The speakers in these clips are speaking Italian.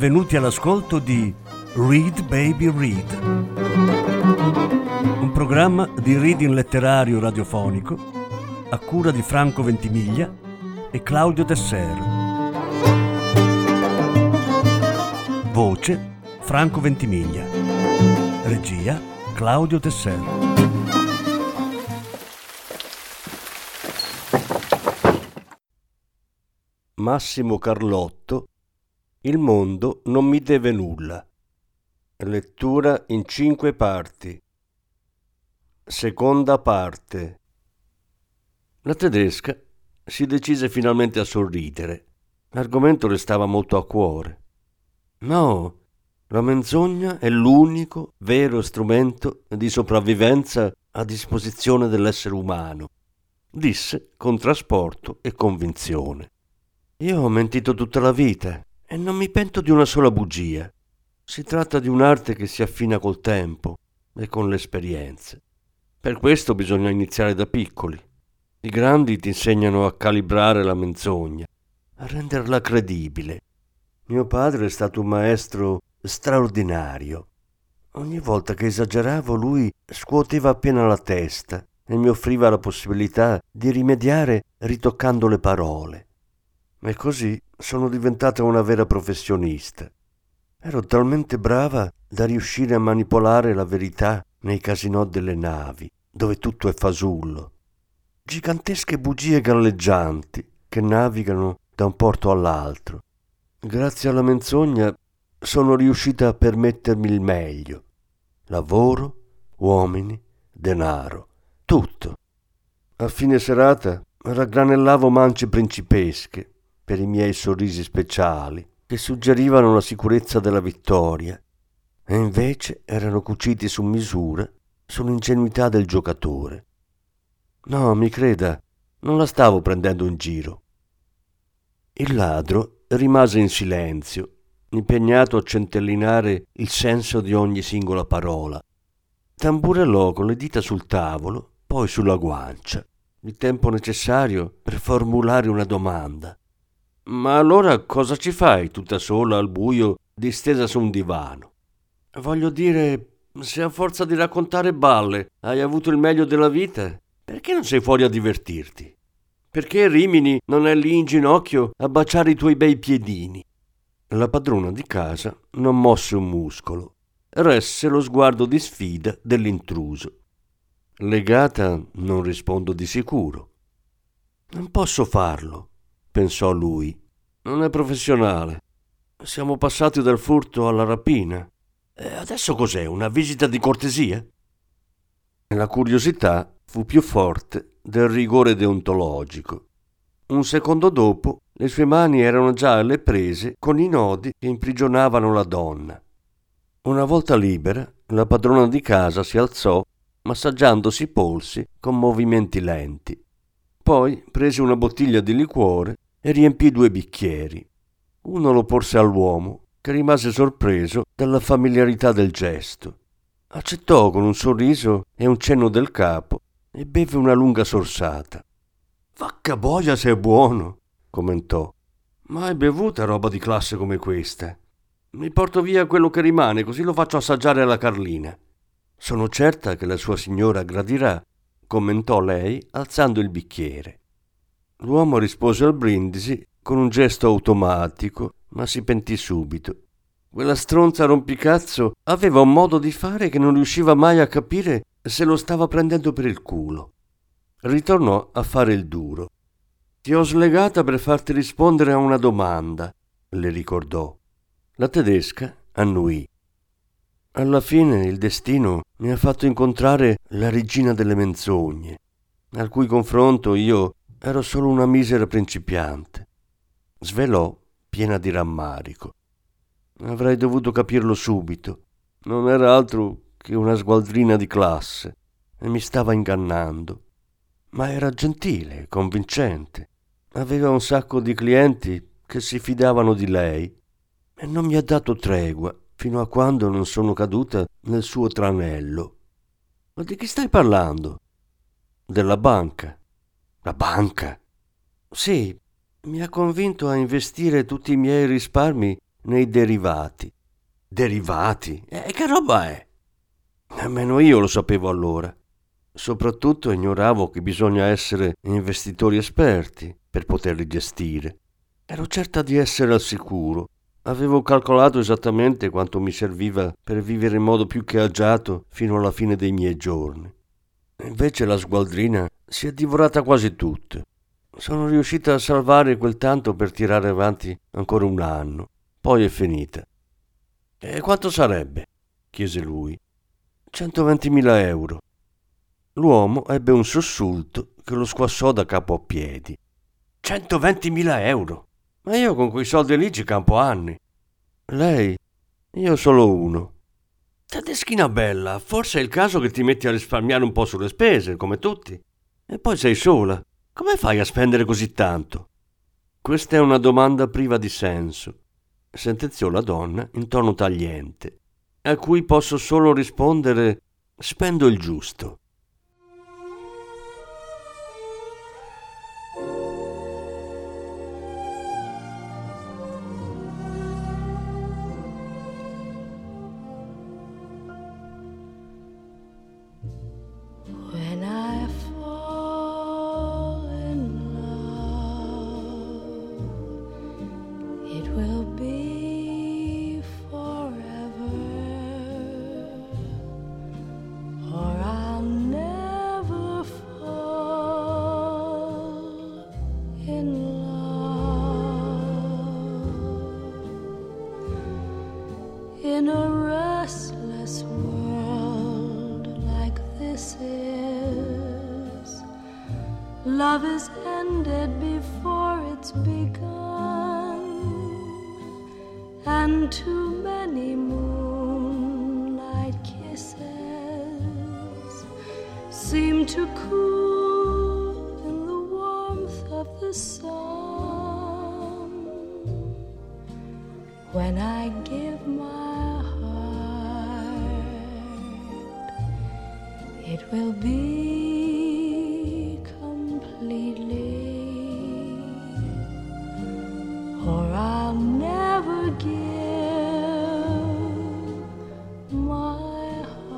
benvenuti all'ascolto di Read Baby Read, un programma di reading letterario radiofonico a cura di Franco Ventimiglia e Claudio Desser. Voce Franco Ventimiglia. Regia Claudio Desser. Massimo Carlotto, Il mondo non mi deve nulla. Lettura in 5 parti. Seconda parte. La tedesca si decise finalmente a sorridere. L'argomento le stava molto a cuore. No, la menzogna è l'unico vero strumento di sopravvivenza a disposizione dell'essere umano, disse con trasporto e convinzione. Io ho mentito tutta la vita e non mi pento di una sola bugia. Si tratta di un'arte che si affina col tempo e con le esperienze. Per questo bisogna iniziare da piccoli. I grandi ti insegnano a calibrare la menzogna, a renderla credibile. Mio padre è stato un maestro straordinario. Ogni volta che esageravo lui scuoteva appena la testa e mi offriva la possibilità di rimediare ritoccando le parole. E così sono diventata una vera professionista. Ero talmente brava da riuscire a manipolare la verità nei casinò delle navi, dove tutto è fasullo. Gigantesche bugie galleggianti che navigano da un porto all'altro. Grazie alla menzogna sono riuscita a permettermi il meglio. Lavoro, uomini, denaro, tutto. A fine serata raggranellavo mance principesche per i miei sorrisi speciali che suggerivano la sicurezza della vittoria e invece erano cuciti su misura sull'ingenuità del giocatore. No, mi creda, non la stavo prendendo in giro. Il ladro rimase in silenzio, impegnato a centellinare il senso di ogni singola parola. Tamburellò con le dita sul tavolo, poi sulla guancia, il tempo necessario per formulare una domanda. Ma allora cosa ci fai tutta sola al buio, distesa su un divano? Voglio dire, se a forza di raccontare balle hai avuto il meglio della vita, perché non sei fuori a divertirti? Perché Rimini non è lì in ginocchio a baciare i tuoi bei piedini? La padrona di casa non mosse un muscolo, resse lo sguardo di sfida dell'intruso. Legata non rispondo di sicuro. Non posso farlo, pensò lui. Non è professionale. Siamo passati dal furto alla rapina. E adesso cos'è? Una visita di cortesia? La curiosità fu più forte del rigore deontologico. Un secondo dopo le sue mani erano già alle prese con i nodi che imprigionavano la donna. Una volta libera, la padrona di casa si alzò, massaggiandosi i polsi con movimenti lenti. Poi prese una bottiglia di liquore e riempì 2 bicchieri. Uno lo porse all'uomo, che rimase sorpreso dalla familiarità del gesto. Accettò con un sorriso e un cenno del capo e beve una lunga sorsata. «Vacca boia se è buono!» commentò. «Mai bevuta roba di classe come questa. Mi porto via quello che rimane, così lo faccio assaggiare alla Carlina. Sono certa che la sua signora gradirà», commentò lei alzando il bicchiere. L'uomo rispose al brindisi con un gesto automatico, ma si pentì subito. Quella stronza rompicazzo aveva un modo di fare che non riusciva mai a capire se lo stava prendendo per il culo. Ritornò a fare il duro. «Ti ho slegata per farti rispondere a una domanda», le ricordò. La tedesca annuì. «Alla fine il destino mi ha fatto incontrare la regina delle menzogne, al cui confronto io ero solo una misera principiante», svelò piena di rammarico. «Avrei dovuto capirlo subito. Non era altro che una sgualdrina di classe e mi stava ingannando. Ma era gentile, convincente. Aveva un sacco di clienti che si fidavano di lei e non mi ha dato tregua fino a quando non sono caduta nel suo tranello». «Ma di chi stai parlando?» «Della banca». «La banca?» «Sì, mi ha convinto a investire tutti i miei risparmi nei derivati. Derivati? Che roba è? Nemmeno io lo sapevo allora. Soprattutto ignoravo che bisogna essere investitori esperti per poterli gestire. Ero certa di essere al sicuro. Avevo calcolato esattamente quanto mi serviva per vivere in modo più che agiato fino alla fine dei miei giorni. Invece la sgualdrina si è divorata quasi tutte. Sono riuscita a salvare quel tanto per tirare avanti ancora un anno. Poi è finita. E quanto sarebbe? Chiese lui. 120.000 euro. L'uomo ebbe un sussulto che lo squassò da capo a piedi. 120.000 euro? Ma io con quei soldi lì ci campo anni. Lei? Io solo uno. Tedeschina bella, forse è il caso che ti metti a risparmiare un po' sulle spese, come tutti. E poi sei sola. Come fai a spendere così tanto? Questa è una domanda priva di senso, sentenziò la donna in tono tagliente, a cui posso solo rispondere: spendo il giusto. When I fall in love, it will be forever, or I'll never fall in love. In a restless world like this is, love is ended before it's begun, and too many moonlight kisses seem to cool in the warmth of the sun. When I give my heart, it will be completely, or I'll never give my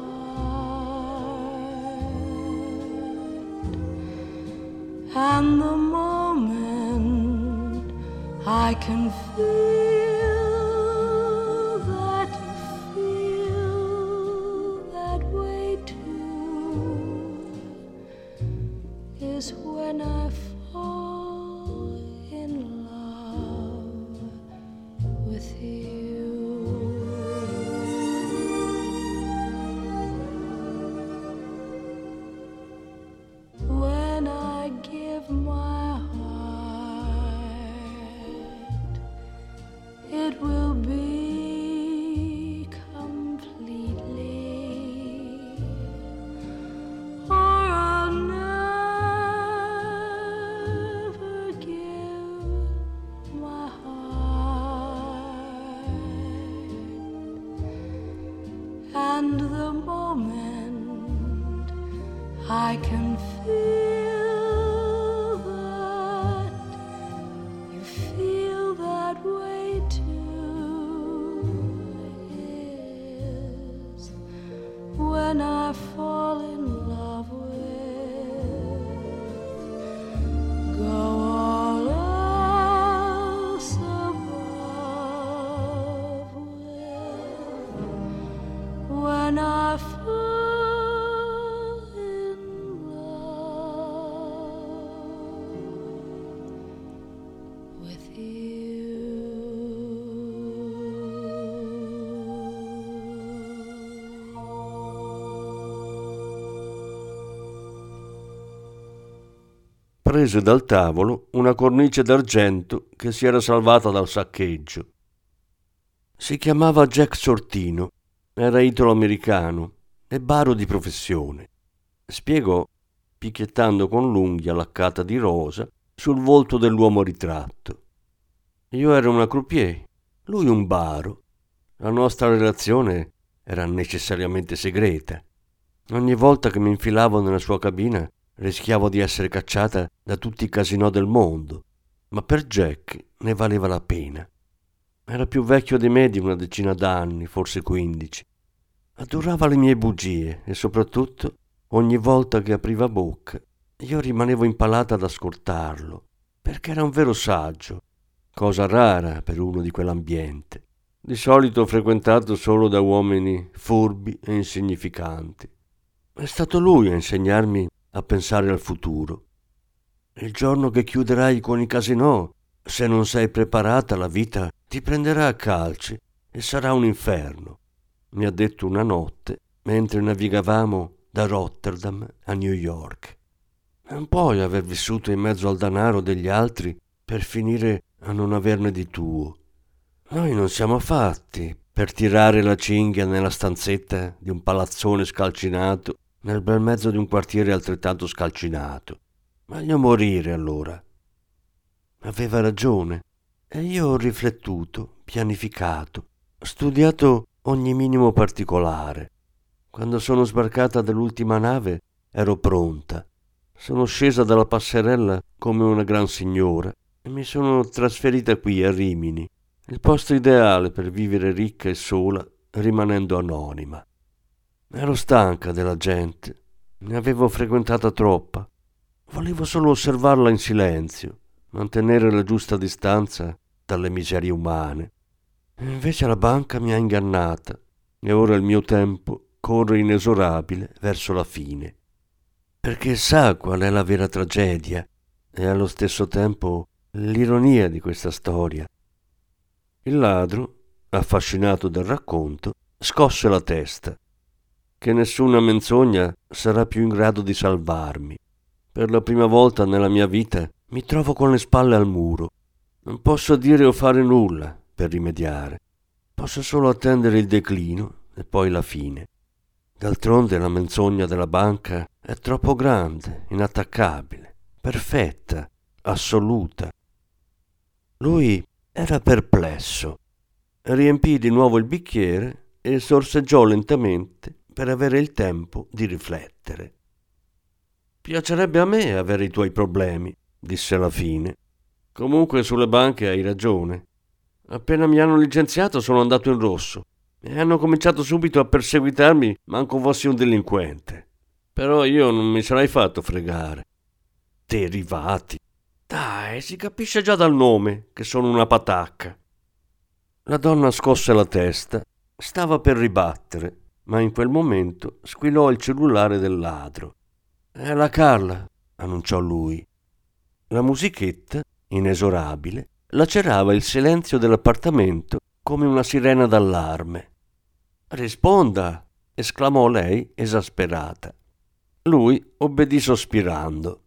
heart. And the moment I can feel that you feel that way too is when I fall in love with you. When I give my heart, it will be completely, or I'll never give my heart. And the moment I can feel that you feel that way too is when I fall in love with, go all else above with, when I fall in love with you. Prese dal tavolo una cornice d'argento che si era salvata dal saccheggio. Si chiamava Jack Sortino, era italo-americano e baro di professione. Spiegò, picchiettando con l'unghia laccata di rosa sul volto dell'uomo ritratto. Io ero una croupier, lui un baro. La nostra relazione era necessariamente segreta. Ogni volta che mi infilavo nella sua cabina rischiavo di essere cacciata da tutti i casinò del mondo, ma per Jack ne valeva la pena. Era più vecchio di me di una decina d'anni, forse 15. Adorava le mie bugie e soprattutto, ogni volta che apriva bocca, io rimanevo impalata ad ascoltarlo, perché era un vero saggio, cosa rara per uno di quell'ambiente, di solito frequentato solo da uomini furbi e insignificanti. È stato lui a insegnarmi a pensare al futuro. Il giorno che chiuderai con i casinò, se non sei preparata, la vita ti prenderà a calci e sarà un inferno, mi ha detto una notte mentre navigavamo da Rotterdam a New York. Non puoi aver vissuto in mezzo al denaro degli altri per finire a non averne di tuo. Noi non siamo fatti per tirare la cinghia nella stanzetta di un palazzone scalcinato nel bel mezzo di un quartiere altrettanto scalcinato. Meglio morire allora. Aveva ragione e io ho riflettuto, pianificato, studiato ogni minimo particolare. Quando sono sbarcata dall'ultima nave ero pronta. Sono scesa dalla passerella come una gran signora e mi sono trasferita qui a Rimini, il posto ideale per vivere ricca e sola, rimanendo anonima. Ero stanca della gente, ne avevo frequentata troppa. Volevo solo osservarla in silenzio, mantenere la giusta distanza dalle miserie umane. E invece la banca mi ha ingannata e ora il mio tempo corre inesorabile verso la fine. Perché sa qual è la vera tragedia e allo stesso tempo l'ironia di questa storia. Il ladro, affascinato dal racconto, scosse la testa. Che nessuna menzogna sarà più in grado di salvarmi. Per la prima volta nella mia vita mi trovo con le spalle al muro. Non posso dire o fare nulla per rimediare. Posso solo attendere il declino e poi la fine. D'altronde la menzogna della banca è troppo grande, inattaccabile, perfetta, assoluta. Lui era perplesso. Riempì di nuovo il bicchiere e sorseggiò lentamente per avere il tempo di riflettere. Piacerebbe a me avere i tuoi problemi, disse alla fine. Comunque sulle banche hai ragione. Appena mi hanno licenziato sono andato in rosso e hanno cominciato subito a perseguitarmi manco fossi un delinquente. Però io non mi sarei fatto fregare. Derivati. Dai, si capisce già dal nome che sono una patacca. La donna scosse la testa, stava per ribattere, ma in quel momento squillò il cellulare del ladro. È la Carla, annunciò lui. La musichetta, inesorabile, lacerava il silenzio dell'appartamento come una sirena d'allarme. Risponda, esclamò lei esasperata. Lui obbedì sospirando.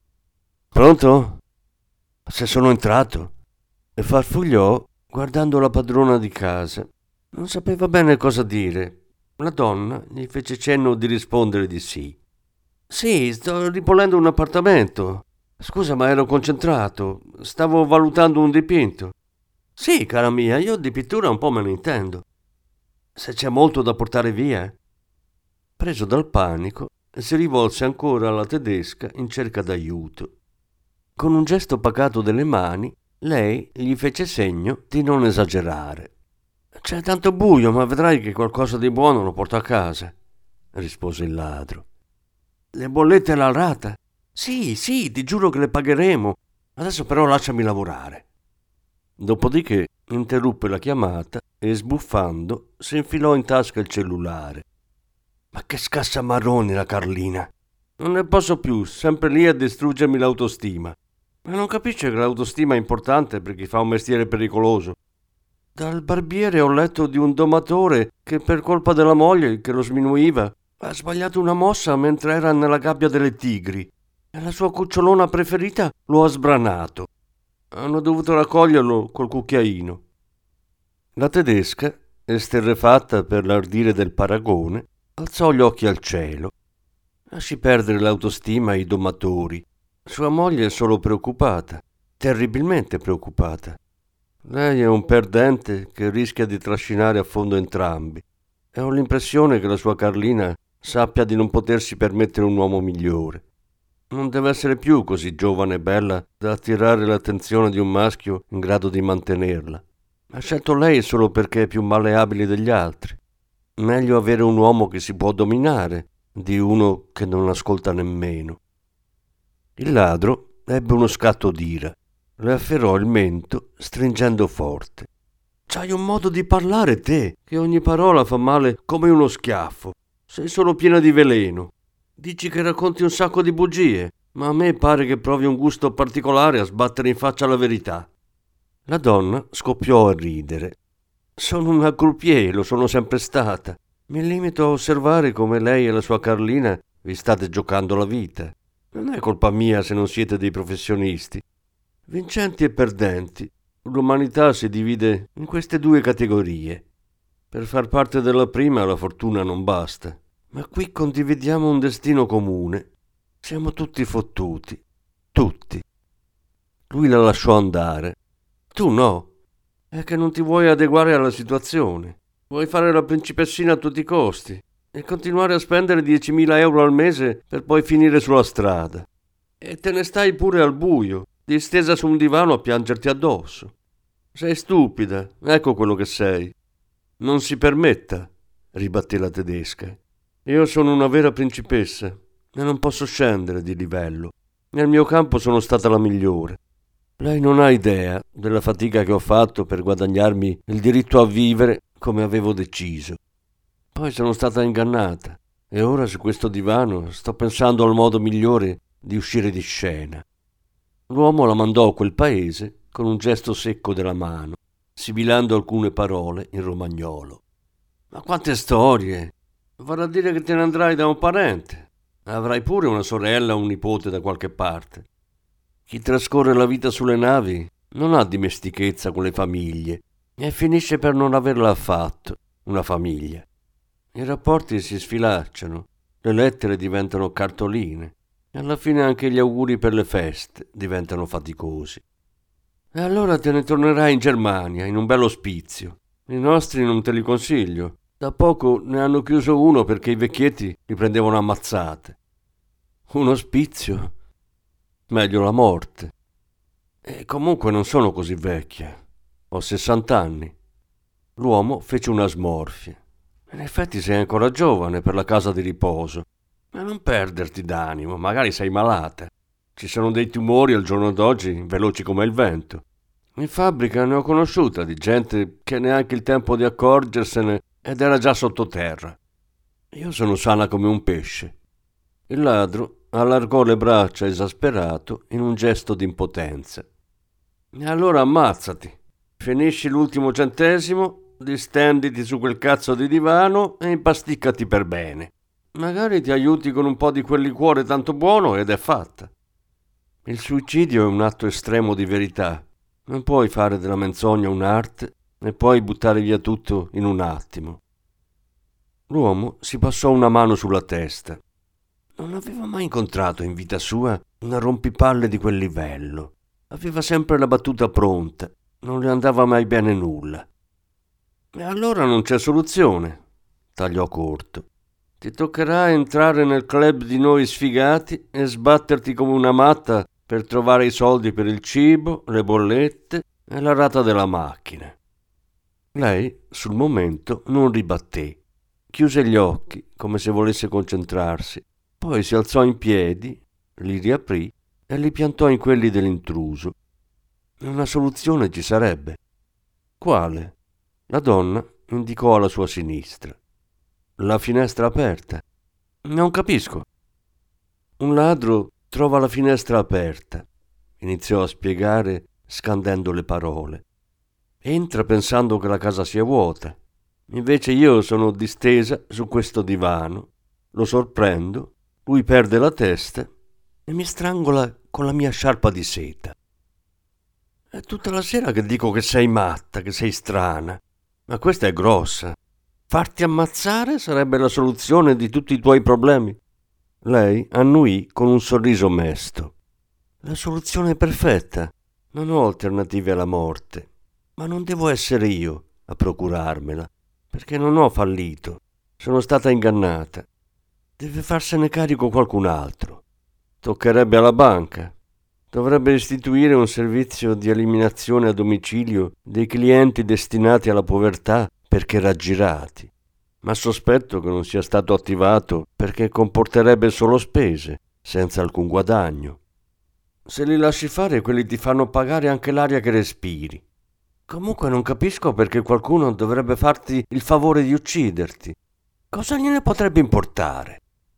Pronto? Se sono entrato? E farfugliò guardando la padrona di casa. Non sapeva bene cosa dire. La donna gli fece cenno di rispondere di sì. Sì, sto ripulendo un appartamento. Scusa, ma ero concentrato. Stavo valutando un dipinto. Sì, cara mia, io di pittura un po' me ne intendo. Se c'è molto da portare via. Preso dal panico, si rivolse ancora alla tedesca in cerca d'aiuto. Con un gesto pacato delle mani, lei gli fece segno di non esagerare. C'è tanto buio, ma vedrai che qualcosa di buono lo porto a casa, rispose il ladro. Le bollette alla rata? Sì, ti giuro che le pagheremo. Adesso però lasciami lavorare. Dopodiché interruppe la chiamata e sbuffando si infilò in tasca il cellulare. Ma che scassamarroni la Carlina! Non ne posso più, sempre lì a distruggermi l'autostima. Ma non capisce che l'autostima è importante per chi fa un mestiere pericoloso. Dal barbiere ho letto di un domatore che per colpa della moglie che lo sminuiva ha sbagliato una mossa mentre era nella gabbia delle tigri e la sua cucciolona preferita lo ha sbranato. Hanno dovuto raccoglierlo col cucchiaino. La tedesca, esterrefatta per l'ardire del paragone, alzò gli occhi al cielo. Lasci perdere l'autostima ai domatori. Sua moglie è solo preoccupata, terribilmente preoccupata. Lei è un perdente che rischia di trascinare a fondo entrambi e ho l'impressione che la sua Carlina sappia di non potersi permettere un uomo migliore. Non deve essere più così giovane e bella da attirare l'attenzione di un maschio in grado di mantenerla. Ha scelto lei solo perché è più malleabile degli altri. Meglio avere un uomo che si può dominare di uno che non ascolta nemmeno. Il ladro ebbe uno scatto d'ira. Le afferrò il mento stringendo forte. C'hai un modo di parlare te, che ogni parola fa male come uno schiaffo. Sei solo piena di veleno. Dici che racconti un sacco di bugie, ma a me pare che provi un gusto particolare a sbattere in faccia la verità. La donna scoppiò a ridere. Sono una croupier, lo sono sempre stata. Mi limito a osservare come lei e la sua Carlina vi state giocando la vita. Non è colpa mia se non siete dei professionisti. Vincenti e perdenti. L'umanità si divide in queste due categorie. Per far parte della prima la fortuna non basta. Ma qui condividiamo un destino comune. Siamo tutti fottuti. Tutti. Lui la lasciò andare. Tu no. È che non ti vuoi adeguare alla situazione. Vuoi fare la principessina a tutti i costi e continuare a spendere 10.000 euro al mese per poi finire sulla strada. E te ne stai pure al buio, distesa su un divano a piangerti addosso. Sei stupida, ecco quello che sei. Non si permetta, ribatté la tedesca. Io sono una vera principessa e non posso scendere di livello. Nel mio campo sono stata la migliore. Lei non ha idea della fatica che ho fatto per guadagnarmi il diritto a vivere come avevo deciso. Poi sono stata ingannata e ora su questo divano sto pensando al modo migliore di uscire di scena. L'uomo la mandò a quel paese con un gesto secco della mano, sibilando alcune parole in romagnolo. Ma quante storie! Vorrà dire che te ne andrai da un parente. Avrai pure una sorella o un nipote da qualche parte. Chi trascorre la vita sulle navi non ha dimestichezza con le famiglie e finisce per non averla affatto, una famiglia. I rapporti si sfilacciano, le lettere diventano cartoline e alla fine anche gli auguri per le feste diventano faticosi. E allora te ne tornerai in Germania, in un bello ospizio. I nostri non te li consiglio. Da poco ne hanno chiuso uno perché i vecchietti li prendevano ammazzate. Un ospizio? Meglio la morte. E comunque non sono così vecchia. Ho 60 anni. L'uomo fece una smorfia. In effetti sei ancora giovane per la casa di riposo. Ma non perderti d'animo, magari sei malata. Ci sono dei tumori al giorno d'oggi veloci come il vento. In fabbrica ne ho conosciuta di gente che neanche il tempo di accorgersene ed era già sottoterra. Io sono sana come un pesce. Il ladro allargò le braccia esasperato in un gesto di impotenza. E allora ammazzati. Finisci l'ultimo centesimo, distenditi su quel cazzo di divano e impasticcati per bene. Magari ti aiuti con un po' di quel liquore tanto buono ed è fatta. Il suicidio è un atto estremo di verità. Non puoi fare della menzogna un'arte e poi buttare via tutto in un attimo. L'uomo si passò una mano sulla testa. Non aveva mai incontrato in vita sua una rompipalle di quel livello. Aveva sempre la battuta pronta, non le andava mai bene nulla. E allora non c'è soluzione, tagliò corto. Ti toccherà entrare nel club di noi sfigati e sbatterti come una matta per trovare i soldi per il cibo, le bollette e la rata della macchina. Lei, sul momento, non ribatté. Chiuse gli occhi come se volesse concentrarsi. Poi si alzò in piedi, li riaprì e li piantò in quelli dell'intruso. Una soluzione ci sarebbe. Quale? La donna indicò alla sua sinistra. La finestra aperta. Non capisco. Un ladro trova la finestra aperta, iniziò a spiegare scandendo le parole. Entra pensando che la casa sia vuota. Invece io sono distesa su questo divano. Lo sorprendo. Lui perde la testa e mi strangola con la mia sciarpa di seta. È tutta la sera che dico che sei matta, che sei strana. Ma questa è grossa. Farti ammazzare sarebbe la soluzione di tutti i tuoi problemi? Lei annuì con un sorriso mesto. La soluzione perfetta. Non ho alternative alla morte. Ma non devo essere io a procurarmela, perché non ho fallito. Sono stata ingannata. Deve farsene carico qualcun altro. Toccherebbe alla banca. Dovrebbe istituire un servizio di eliminazione a domicilio dei clienti destinati alla povertà perché raggirati, ma sospetto che non sia stato attivato perché comporterebbe solo spese, senza alcun guadagno. Se li lasci fare, quelli ti fanno pagare anche l'aria che respiri. Comunque non capisco perché qualcuno dovrebbe farti il favore di ucciderti. Cosa gliene potrebbe importare?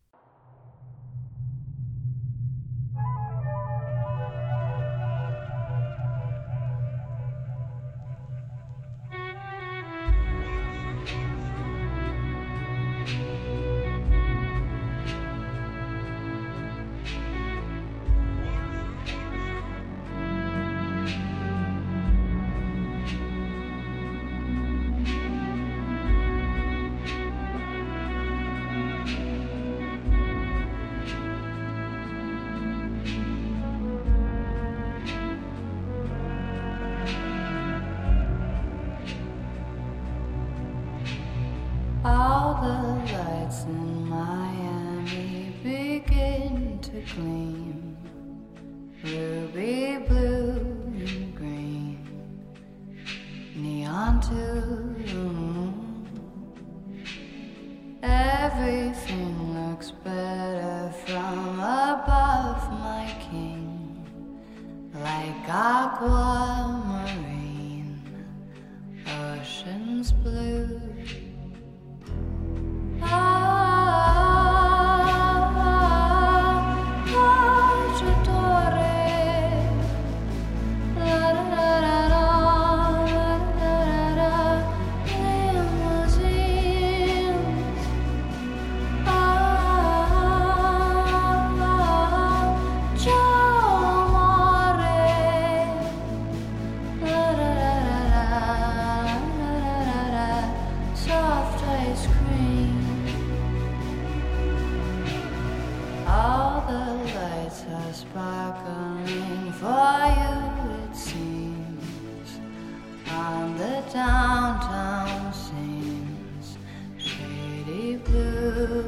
All the lights in Miami begin to gleam, ruby blue and green, neon to the moon. Everything looks better from above, my king, like aquamarine, oceans blue. Soft ice cream. All the lights are sparkling for you, it seems, on the downtown scenes, shady blue,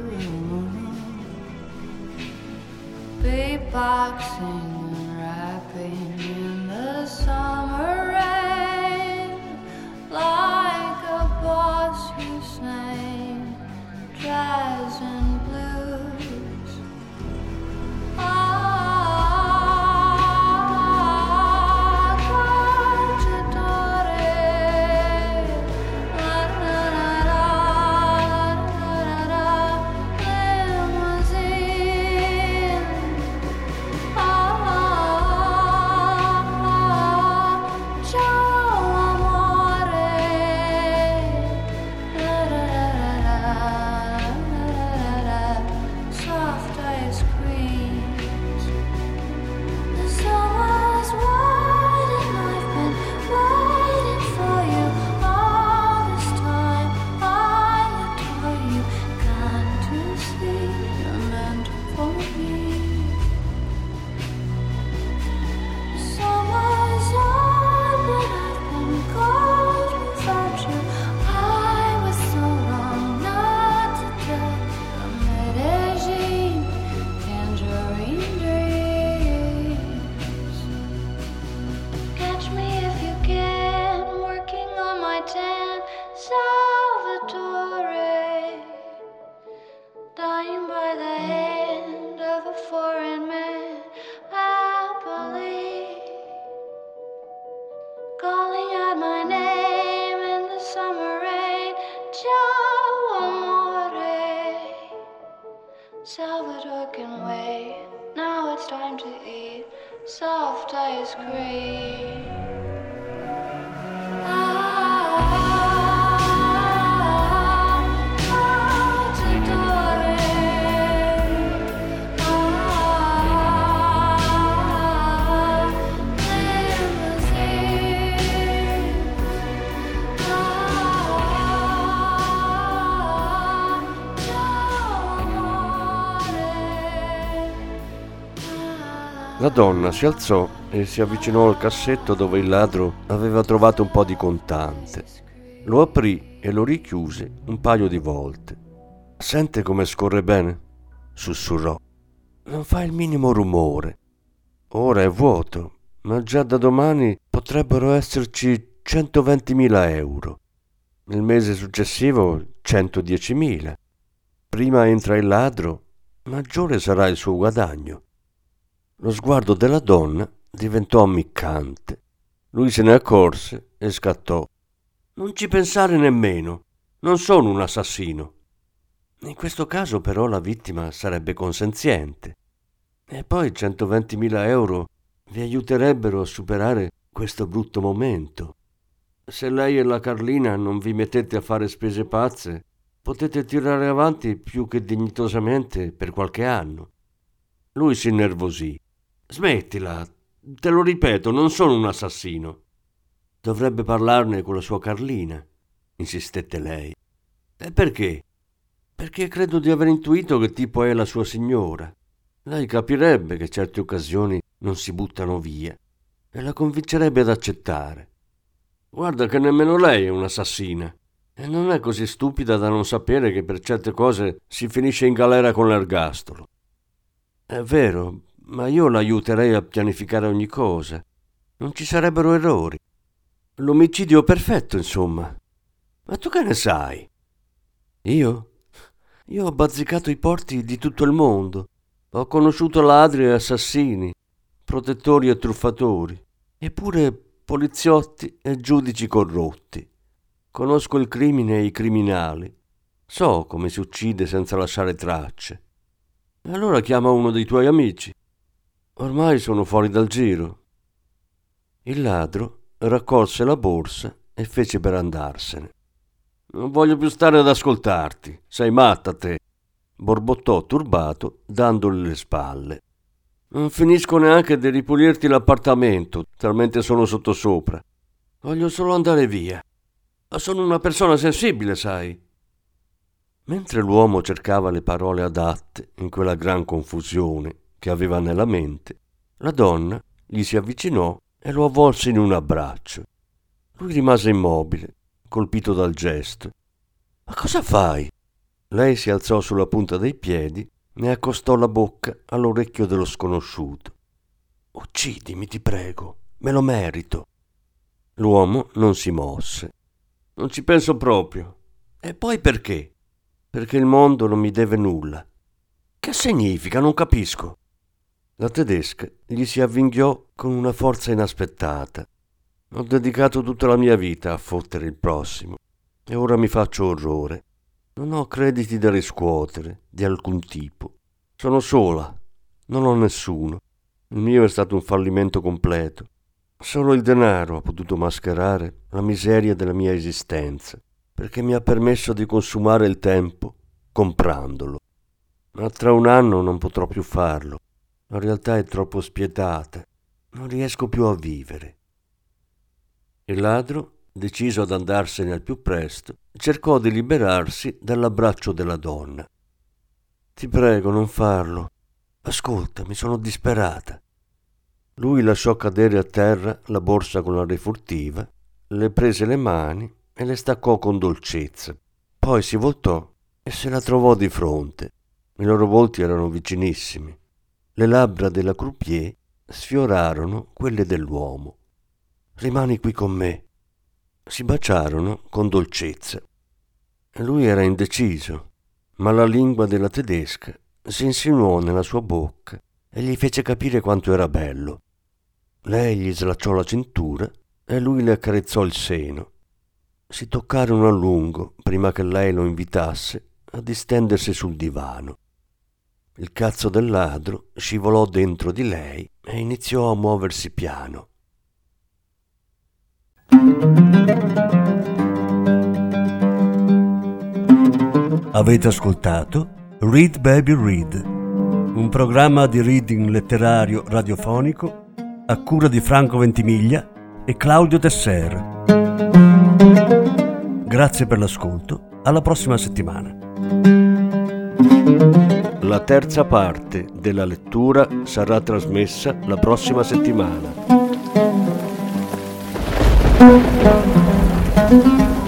beatboxing and rapping in the summer rain, like a boss who sang jazz and blues. Soft ice creams. The summer's wide and I've been waiting for you all this time. I adore you. Can't you see you're meant for me? The summer's on but I've been cold without you. I was so wrong not to tell the Medellin tangerine dreams. Catch me if you can, working on my tan Salvatore, dying by the hand of a foreign man, happily calling out my name in the summer rain. Ciao amore. Salvador can wait. Now it's time to eat soft ice cream. La donna si alzò e si avvicinò al cassetto dove il ladro aveva trovato un po' di contante. Lo aprì e lo richiuse un paio di volte. «Sente come scorre bene?» sussurrò. «Non fa il minimo rumore. ora è vuoto, ma già da domani potrebbero esserci 120.000 euro. Il mese successivo 110.000. Prima entra il ladro, maggiore sarà il suo guadagno. Lo sguardo della donna diventò ammiccante. Lui se ne accorse e scattò. Non ci pensare nemmeno. Non sono un assassino. In questo caso però la vittima sarebbe consenziente. E poi 120.000 euro vi aiuterebbero a superare questo brutto momento. Se lei e la Carlina non vi mettete a fare spese pazze, potete tirare avanti più che dignitosamente per qualche anno. Lui si innervosì. Smettila, te lo ripeto, non sono un assassino. Dovrebbe parlarne con la sua Carlina, insistette lei. E perché? Perché credo di aver intuito che tipo è la sua signora. Lei capirebbe che certe occasioni non si buttano via e la convincerebbe ad accettare. Guarda che nemmeno lei è un'assassina e non è così stupida da non sapere che per certe cose si finisce in galera con l'ergastolo. È vero, ma io l'aiuterei a pianificare ogni cosa. Non ci sarebbero errori. L'omicidio perfetto, insomma. Ma tu che ne sai? Io? Io ho bazzicato i porti di tutto il mondo. Ho conosciuto ladri e assassini, protettori e truffatori, eppure poliziotti e giudici corrotti. Conosco il crimine e i criminali. So come si uccide senza lasciare tracce. E allora chiama uno dei tuoi amici. Ormai sono fuori dal giro. Il ladro raccolse la borsa e fece per andarsene. Non voglio più stare ad ascoltarti. Sei matta te, borbottò turbato, dandole le spalle. Non finisco neanche di ripulirti l'appartamento, talmente sono sottosopra. Voglio solo andare via. Ma sono una persona sensibile, sai. Mentre l'uomo cercava le parole adatte in quella gran confusione che aveva nella mente, la donna gli si avvicinò e lo avvolse in un abbraccio. Lui rimase immobile, colpito dal gesto. Ma cosa fai? Lei si alzò sulla punta dei piedi e accostò la bocca all'orecchio dello sconosciuto. Uccidimi, ti prego, me lo merito. L'uomo non si mosse. Non ci penso proprio. E poi perché? Perché il mondo non mi deve nulla. Che significa? Non capisco. La tedesca gli si avvinghiò con una forza inaspettata. Ho dedicato tutta la mia vita a fottere il prossimo e ora mi faccio orrore. Non ho crediti da riscuotere di alcun tipo. Sono sola, non ho nessuno. Il mio è stato un fallimento completo. Solo il denaro ha potuto mascherare la miseria della mia esistenza, perché mi ha permesso di consumare il tempo comprandolo. Ma tra un anno non potrò più farlo. La realtà è troppo spietata. Non riesco più a vivere. Il ladro, deciso ad andarsene al più presto, cercò di liberarsi dall'abbraccio della donna. Ti prego, non farlo. Ascolta, mi sono disperata. Lui lasciò cadere a terra la borsa con la refurtiva, le prese le mani e le staccò con dolcezza. Poi si voltò e se la trovò di fronte. I loro volti erano vicinissimi. Le labbra della croupier sfiorarono quelle dell'uomo. Rimani qui con me. Si baciarono con dolcezza. Lui era indeciso, ma la lingua della tedesca si insinuò nella sua bocca e gli fece capire quanto era bello. Lei gli slacciò la cintura e lui le accarezzò il seno. Si toccarono a lungo prima che lei lo invitasse a distendersi sul divano. Il cazzo del ladro scivolò dentro di lei e iniziò a muoversi piano. Avete ascoltato Read Baby Read, un programma di reading letterario radiofonico a cura di Franco Ventimiglia e Claudio Tesser. Grazie per l'ascolto, alla prossima settimana. La terza parte della lettura sarà trasmessa la prossima settimana.